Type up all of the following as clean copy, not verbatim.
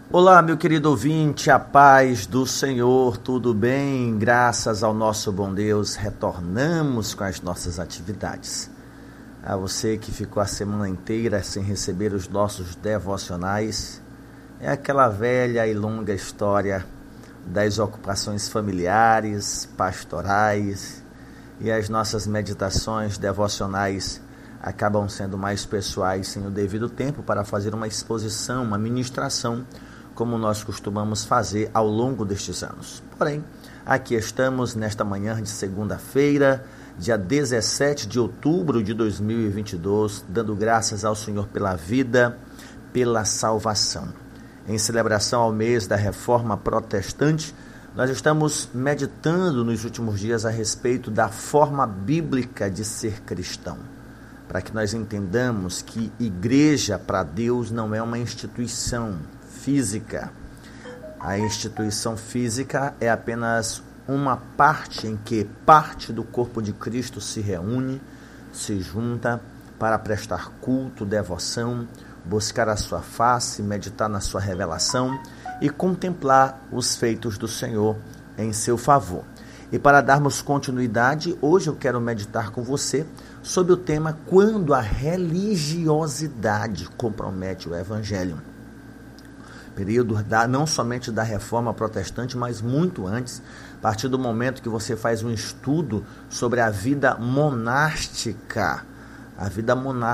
Olá, meu querido ouvinte, a paz do Senhor, tudo bem? Graças ao nosso bom Deus, retornamos com as nossas atividades. A você que ficou a semana inteira sem receber os nossos devocionais, é aquela velha e longa história das ocupações familiares, pastorais, e as nossas meditações devocionais acabam sendo mais pessoais sem o devido tempo para fazer uma exposição, uma ministração, como nós costumamos fazer ao longo destes anos. Porém, aqui estamos nesta manhã de segunda-feira, dia 17 de outubro de 2022, dando graças ao Senhor pela vida, pela salvação. Em celebração ao mês da Reforma Protestante, nós estamos meditando nos últimos dias a respeito da forma bíblica de ser cristão, para que nós entendamos que igreja para Deus não é uma instituição física. A instituição física é apenas uma parte em que parte do corpo de Cristo se reúne, se junta para prestar culto, devoção, buscar a sua face, meditar na sua revelação e contemplar os feitos do Senhor em seu favor. E para darmos continuidade, hoje eu quero meditar com você sobre o tema quando a religiosidade compromete o Evangelho. Período não somente da Reforma Protestante, mas muito antes, a partir do momento que você faz um estudo sobre a vida monástica. A vida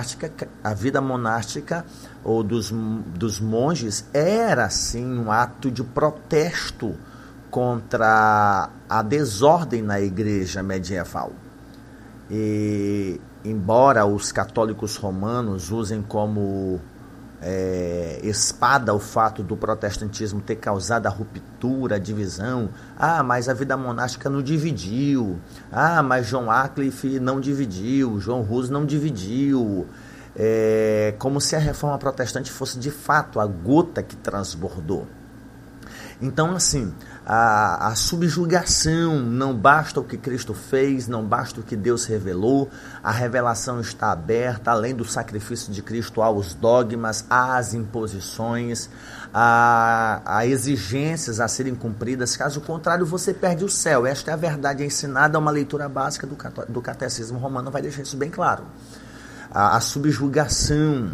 monástica ou dos monges era, sim, um ato de protesto contra a desordem na igreja medieval. E, embora os católicos romanos usem como espada o fato do protestantismo ter causado a ruptura, a divisão. Mas a vida monástica não dividiu. Mas John Wycliffe não dividiu, João Hus não dividiu. Como se a reforma protestante fosse de fato a gota que transbordou. Então, assim, a subjugação, não basta o que Cristo fez, não basta o que Deus revelou, a revelação está aberta, além do sacrifício de Cristo, aos dogmas, às imposições, a exigências a serem cumpridas, caso contrário você perde o céu. Esta é a verdade ensinada, uma leitura básica do catecismo romano vai deixar isso bem claro. A subjugação,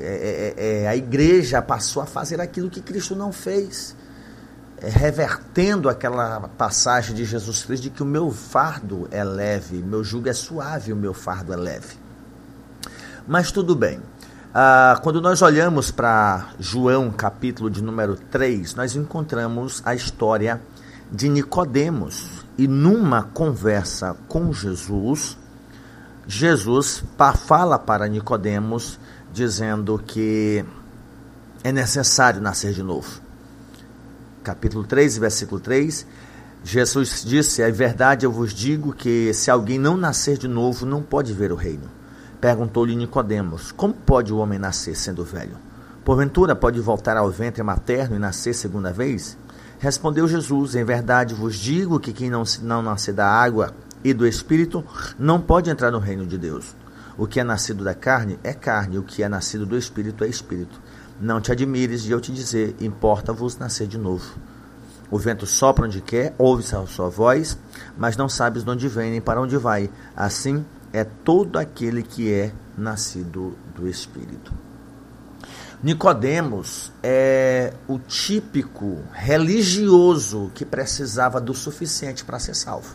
a igreja passou a fazer aquilo que Cristo não fez. Revertendo aquela passagem de Jesus Cristo de que o meu fardo é leve, meu jugo é suave, o meu fardo é leve. Mas tudo bem. Quando nós olhamos para João, capítulo de número 3, nós encontramos a história de Nicodemos. E numa conversa com Jesus fala para Nicodemos, dizendo que é necessário nascer de novo. Capítulo 3, versículo 3, Jesus disse: "É verdade, eu vos digo que se alguém não nascer de novo, não pode ver o reino." Perguntou-lhe Nicodemos: "Como pode o homem nascer sendo velho? Porventura pode voltar ao ventre materno e nascer segunda vez?" Respondeu Jesus: "Em verdade vos digo que quem não nascer da água e do Espírito não pode entrar no reino de Deus. O que é nascido da carne é carne, o que é nascido do Espírito é Espírito. Não te admires de eu te dizer, importa-vos nascer de novo. O vento sopra onde quer, ouve-se a sua voz, mas não sabes de onde vem nem para onde vai. Assim é todo aquele que é nascido do Espírito." Nicodemos é o típico religioso que precisava do suficiente para ser salvo.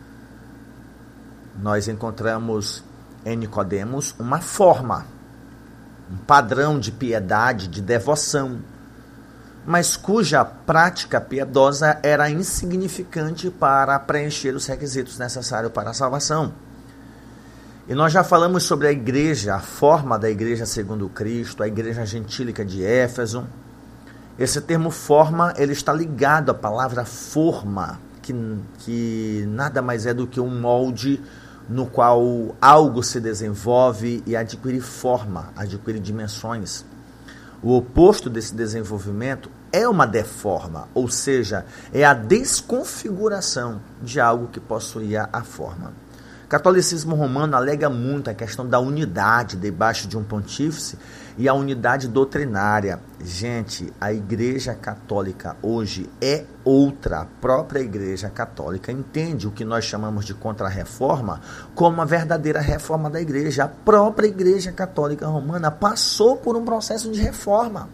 Nós encontramos em Nicodemos uma forma, um padrão de piedade, de devoção, mas cuja prática piedosa era insignificante para preencher os requisitos necessários para a salvação. E nós já falamos sobre a igreja, a forma da igreja segundo Cristo, a igreja gentílica de Éfeso. Esse termo forma, ele está ligado à palavra forma, que nada mais é do que um molde no qual algo se desenvolve e adquire forma, adquire dimensões. O oposto desse desenvolvimento é uma deforma, ou seja, é a desconfiguração de algo que possuía a forma. catolicismo romano alega muito a questão da unidade debaixo de um pontífice e a unidade doutrinária. Gente, a Igreja Católica hoje é outra. A própria Igreja Católica entende o que nós chamamos de contra-reforma como uma verdadeira reforma da Igreja. A própria Igreja Católica Romana passou por um processo de reforma,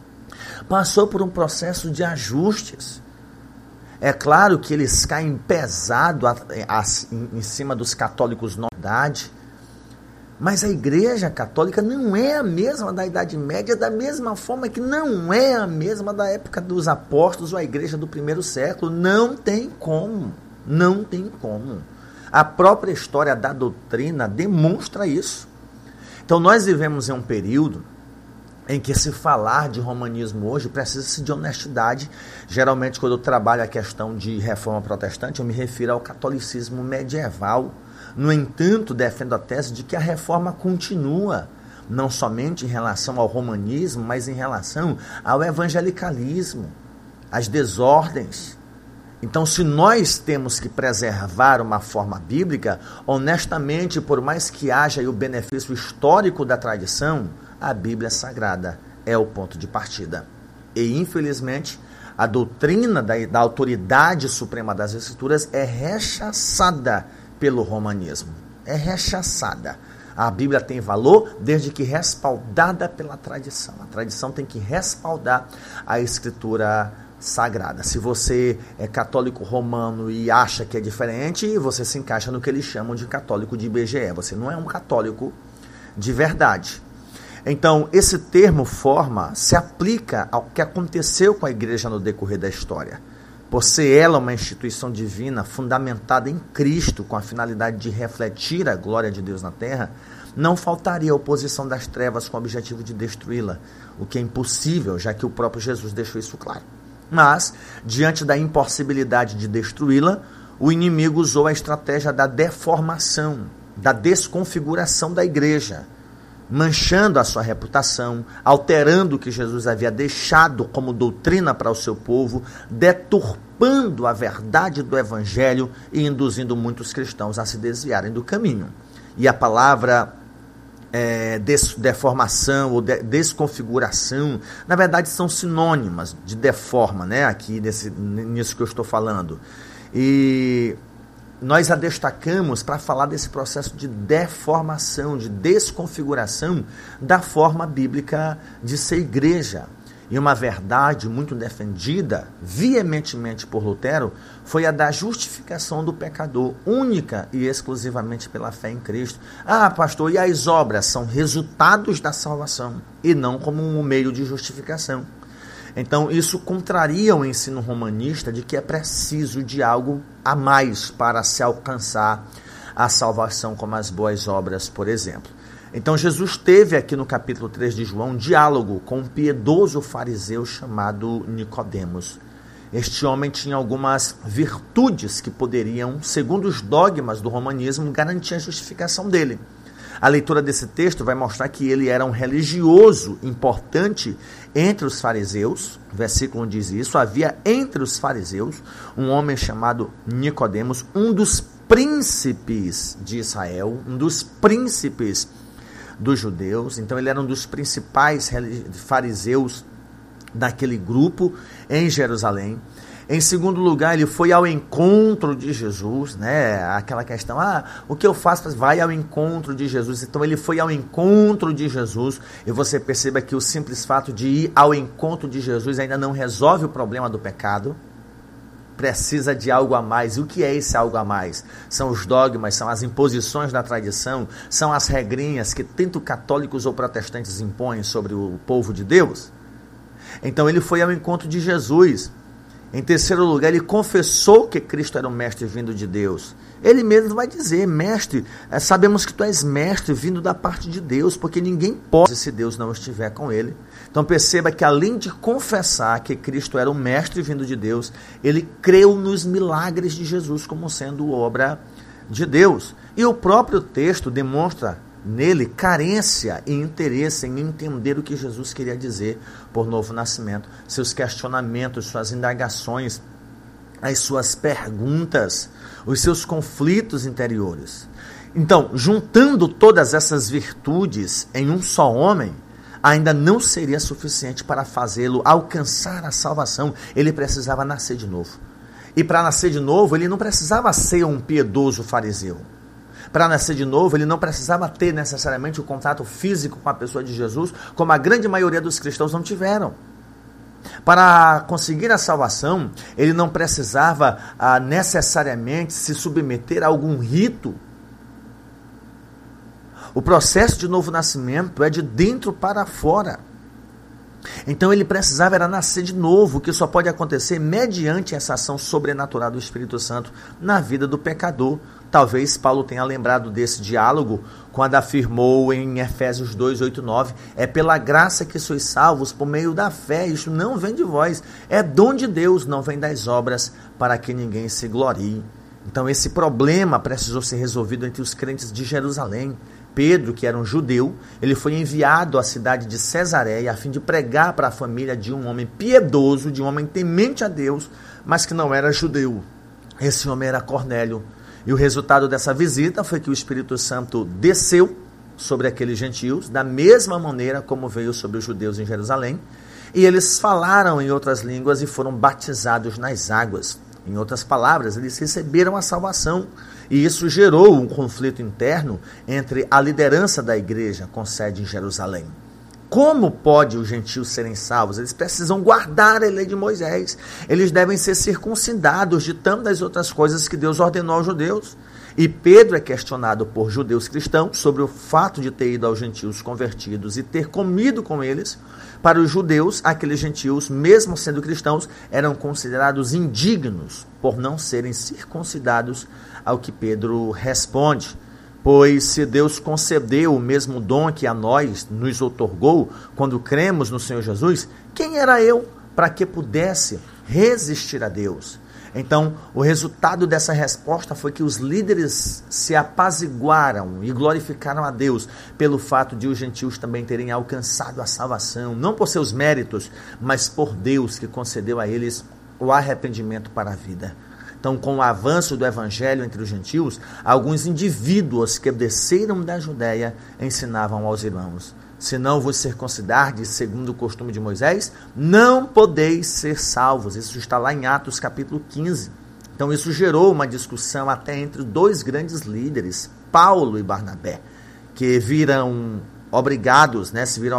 passou por um processo de ajustes. É claro que eles caem pesado em cima dos católicos na idade, mas a Igreja Católica não é a mesma da Idade Média, da mesma forma que não é a mesma da época dos apóstolos ou a Igreja do primeiro século. Não tem como, não tem como. A própria história da doutrina demonstra isso. Então nós vivemos em um período em que se falar de romanismo hoje precisa-se de honestidade. Geralmente, quando eu trabalho a questão de reforma protestante, eu me refiro ao catolicismo medieval. No entanto, defendo a tese de que a reforma continua, não somente em relação ao romanismo, mas em relação ao evangelicalismo, às desordens. Então, se nós temos que preservar uma forma bíblica, honestamente, por mais que haja aí o benefício histórico da tradição, a Bíblia Sagrada é o ponto de partida. E, infelizmente, a doutrina da autoridade suprema das Escrituras é rechaçada pelo romanismo. É rechaçada. A Bíblia tem valor desde que respaldada pela tradição. A tradição tem que respaldar a Escritura Sagrada. Se você é católico romano e acha que é diferente, você se encaixa no que eles chamam de católico de IBGE. Você não é um católico de verdade. Então, esse termo forma se aplica ao que aconteceu com a igreja no decorrer da história. Por ser ela uma instituição divina fundamentada em Cristo, com a finalidade de refletir a glória de Deus na terra, não faltaria a oposição das trevas com o objetivo de destruí-la, o que é impossível, já que o próprio Jesus deixou isso claro. Mas, diante da impossibilidade de destruí-la, o inimigo usou a estratégia da deformação, da desconfiguração da igreja, manchando a sua reputação, alterando o que Jesus havia deixado como doutrina para o seu povo, deturpando a verdade do evangelho e induzindo muitos cristãos a se desviarem do caminho. E a palavra deformação ou desconfiguração, na verdade são sinônimas de deforma, né? Aqui nisso que eu estou falando. E nós a destacamos para falar desse processo de deformação, de desconfiguração da forma bíblica de ser igreja. E uma verdade muito defendida veementemente por Lutero foi a da justificação do pecador, única e exclusivamente pela fé em Cristo. Ah, pastor, e as obras são resultados da salvação e não como um meio de justificação. Então, isso contraria o ensino romanista de que é preciso de algo a mais para se alcançar a salvação, como as boas obras, por exemplo. Então, Jesus teve aqui no capítulo 3 de João um diálogo com um piedoso fariseu chamado Nicodemos. Este homem tinha algumas virtudes que poderiam, segundo os dogmas do romanismo, garantir a justificação dele. A leitura desse texto vai mostrar que ele era um religioso importante entre os fariseus. O versículo 1 diz isso. Havia entre os fariseus um homem chamado Nicodemos, um dos príncipes de Israel, um dos príncipes dos judeus. Então ele era um dos principais fariseus daquele grupo em Jerusalém. Em segundo lugar, ele foi ao encontro de Jesus, né? Aquela questão, o que eu faço? Vai ao encontro de Jesus. Então ele foi ao encontro de Jesus, e você perceba que o simples fato de ir ao encontro de Jesus ainda não resolve o problema do pecado. Precisa de algo a mais. E o que é esse algo a mais? São os dogmas, são as imposições da tradição, são as regrinhas que tanto católicos ou protestantes impõem sobre o povo de Deus. Então ele foi ao encontro de Jesus. Em terceiro lugar, ele confessou que Cristo era um mestre vindo de Deus. Ele mesmo vai dizer, mestre, sabemos que tu és mestre vindo da parte de Deus, porque ninguém pode se Deus não estiver com ele. Então perceba que além de confessar que Cristo era um mestre vindo de Deus, ele creu nos milagres de Jesus como sendo obra de Deus. E o próprio texto demonstra nele carência e interesse em entender o que Jesus queria dizer por novo nascimento. Seus questionamentos, suas indagações as suas perguntas, os seus conflitos interiores. Então, juntando todas essas virtudes em um só homem, ainda não seria suficiente para fazê-lo alcançar a salvação. Ele precisava nascer de novo. E para nascer de novo, ele não precisava ser um piedoso fariseu. Para nascer de novo, ele não precisava ter necessariamente o contato físico com a pessoa de Jesus, como a grande maioria dos cristãos não tiveram. Para conseguir a salvação, ele não precisava necessariamente se submeter a algum rito. O processo de novo nascimento é de dentro para fora. Então ele precisava era nascer de novo, que só pode acontecer mediante essa ação sobrenatural do Espírito Santo na vida do pecador. Talvez Paulo tenha lembrado desse diálogo quando afirmou em Efésios 2, 8, 9, é pela graça que sois salvos por meio da fé, isso não vem de vós, é dom de Deus, não vem das obras, para que ninguém se glorie. Então esse problema precisou ser resolvido entre os crentes de Jerusalém. Pedro, que era um judeu, ele foi enviado à cidade de Cesareia a fim de pregar para a família de um homem piedoso, de um homem temente a Deus, mas que não era judeu. Esse homem era Cornélio. E o resultado dessa visita foi que o Espírito Santo desceu sobre aqueles gentios, da mesma maneira como veio sobre os judeus em Jerusalém, e eles falaram em outras línguas e foram batizados nas águas. Em outras palavras, eles receberam a salvação. E isso gerou um conflito interno entre a liderança da igreja com sede em Jerusalém. Como pode os gentios serem salvos? Eles precisam guardar a lei de Moisés. Eles devem ser circuncidados de tantas outras coisas que Deus ordenou aos judeus. E Pedro é questionado por judeus cristãos sobre o fato de ter ido aos gentios convertidos e ter comido com eles. Para os judeus, aqueles gentios, mesmo sendo cristãos, eram considerados indignos por não serem circuncidados, ao que Pedro responde. Pois se Deus concedeu o mesmo dom que a nós nos outorgou quando cremos no Senhor Jesus, quem era eu para que pudesse resistir a Deus? Então, o resultado dessa resposta foi que os líderes se apaziguaram e glorificaram a Deus pelo fato de os gentios também terem alcançado a salvação, não por seus méritos, mas por Deus que concedeu a eles o arrependimento para a vida. Então, com o avanço do evangelho entre os gentios, alguns indivíduos que desceram da Judéia ensinavam aos irmãos: se não vos circuncidardes segundo o costume de Moisés, não podeis ser salvos. Isso está lá em Atos capítulo 15. Então isso gerou uma discussão até entre dois grandes líderes, Paulo e Barnabé, que se viram obrigados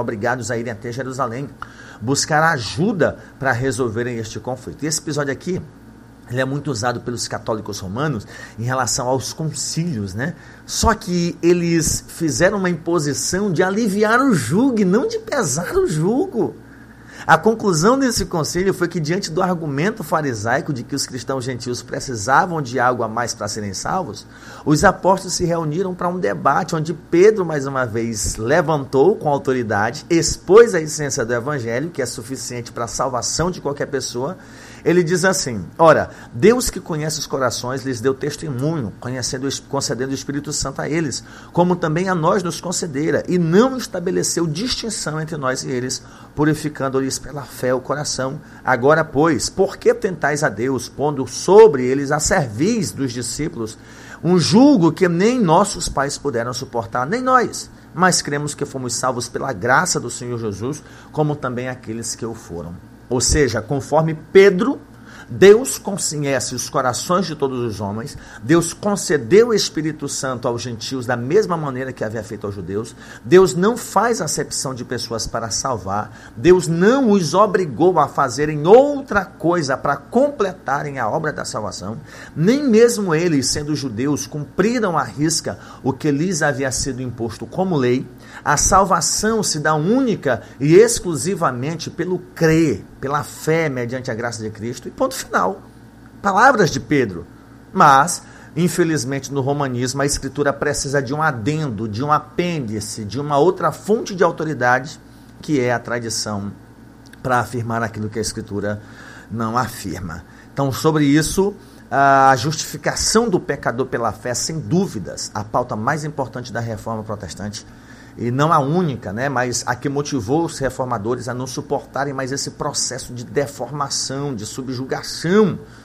a irem até Jerusalém, buscar ajuda para resolverem este conflito. E esse episódio aqui, ele é muito usado pelos católicos romanos em relação aos concílios, né? Só que eles fizeram uma imposição de aliviar o jugo e não de pesar o jugo. A conclusão desse concílio foi que, diante do argumento farisaico de que os cristãos gentios precisavam de algo a mais para serem salvos, os apóstolos se reuniram para um debate onde Pedro, mais uma vez, levantou com autoridade, expôs a essência do evangelho, que é suficiente para a salvação de qualquer pessoa. Ele diz assim: ora, Deus que conhece os corações lhes deu testemunho, concedendo o Espírito Santo a eles, como também a nós nos concedera, e não estabeleceu distinção entre nós e eles, purificando-lhes pela fé o coração. Agora, pois, por que tentais a Deus, pondo sobre eles a cerviz dos discípulos um jugo que nem nossos pais puderam suportar, nem nós, mas cremos que fomos salvos pela graça do Senhor Jesus, como também aqueles que o foram. Ou seja, conforme Pedro, Deus conhece os corações de todos os homens, Deus concedeu o Espírito Santo aos gentios da mesma maneira que havia feito aos judeus, Deus não faz acepção de pessoas para salvar, Deus não os obrigou a fazerem outra coisa para completarem a obra da salvação, nem mesmo eles, sendo judeus, cumpriram à risca o que lhes havia sido imposto como lei. A salvação se dá única e exclusivamente pelo crer, pela fé mediante a graça de Cristo, e ponto final. Palavras de Pedro. Mas, infelizmente, no romanismo, a Escritura precisa de um adendo, de um apêndice, de uma outra fonte de autoridade, que é a tradição, para afirmar aquilo que a Escritura não afirma. Então, sobre isso, a justificação do pecador pela fé, sem dúvidas, a pauta mais importante da reforma protestante, e não a única, né, mas a que motivou os reformadores a não suportarem mais esse processo de deformação, de subjugação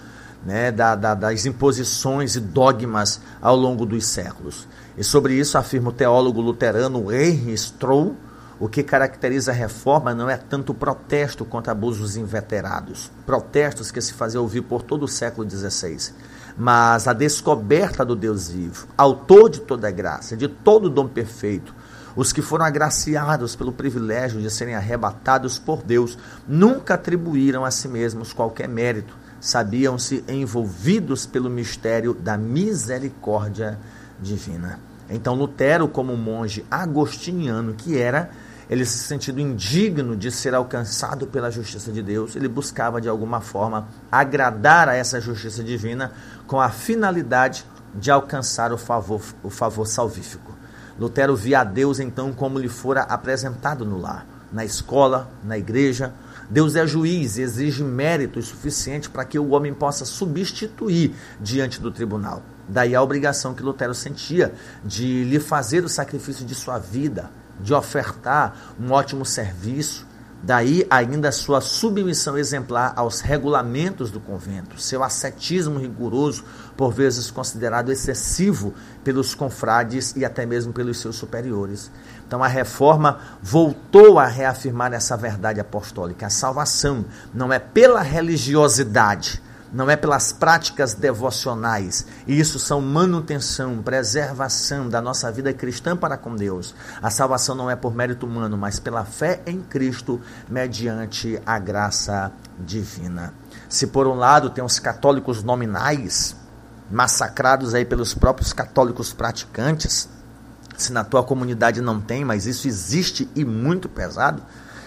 né, das imposições e dogmas ao longo dos séculos. E sobre isso afirma o teólogo luterano Heinrich Stroll: o que caracteriza a reforma não é tanto o protesto contra abusos inveterados, protestos que se faziam ouvir por todo o século XVI, mas a descoberta do Deus vivo, autor de toda graça, de todo dom perfeito. Os que foram agraciados pelo privilégio de serem arrebatados por Deus nunca atribuíram a si mesmos qualquer mérito, sabiam-se envolvidos pelo mistério da misericórdia divina. Então Lutero, como monge agostiniano que era, ele se sentindo indigno de ser alcançado pela justiça de Deus, ele buscava de alguma forma agradar a essa justiça divina com a finalidade de alcançar o favor salvífico. Lutero via a Deus então como lhe fora apresentado no lar, na escola, na igreja. Deus é juiz e exige mérito suficiente para que o homem possa substituir diante do tribunal. Daí a obrigação que Lutero sentia de lhe fazer o sacrifício de sua vida, de ofertar um ótimo serviço. Daí ainda a sua submissão exemplar aos regulamentos do convento, seu ascetismo rigoroso, por vezes considerado excessivo pelos confrades e até mesmo pelos seus superiores. Então a reforma voltou a reafirmar essa verdade apostólica. A salvação não é pela religiosidade, não é pelas práticas devocionais. E isso são manutenção, preservação da nossa vida cristã para com Deus. A salvação não é por mérito humano, mas pela fé em Cristo, mediante a graça divina. Se por um lado tem os católicos nominais, massacrados aí pelos próprios católicos praticantes, se na tua comunidade não tem, mas isso existe e muito pesado,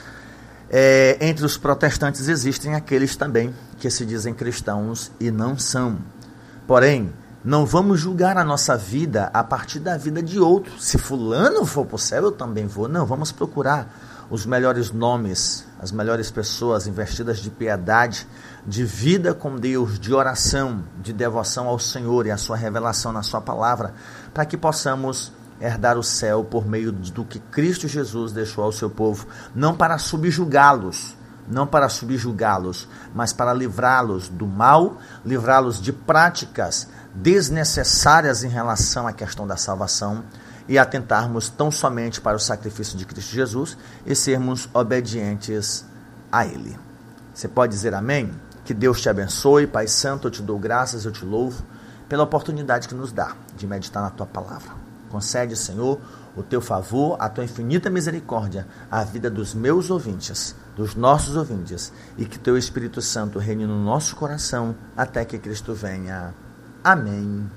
entre os protestantes existem aqueles também que se dizem cristãos e não são. Porém, não vamos julgar a nossa vida a partir da vida de outro. Se fulano for para o céu, eu também vou. Não, vamos procurar os melhores nomes, as melhores pessoas investidas de piedade, de vida com Deus, de oração, de devoção ao Senhor e a sua revelação na sua palavra, para que possamos herdar o céu por meio do que Cristo Jesus deixou ao seu povo, não para subjugá-los, mas para livrá-los do mal, livrá-los de práticas desnecessárias em relação à questão da salvação e atentarmos tão somente para o sacrifício de Cristo Jesus e sermos obedientes a Ele. Você pode dizer amém? Que Deus te abençoe. Pai Santo, eu te dou graças, eu te louvo pela oportunidade que nos dá de meditar na Tua palavra. Concede, Senhor, o Teu favor, a Tua infinita misericórdia, à vida dos meus ouvintes, dos nossos ouvintes, e que Teu Espírito Santo reine no nosso coração até que Cristo venha. Amém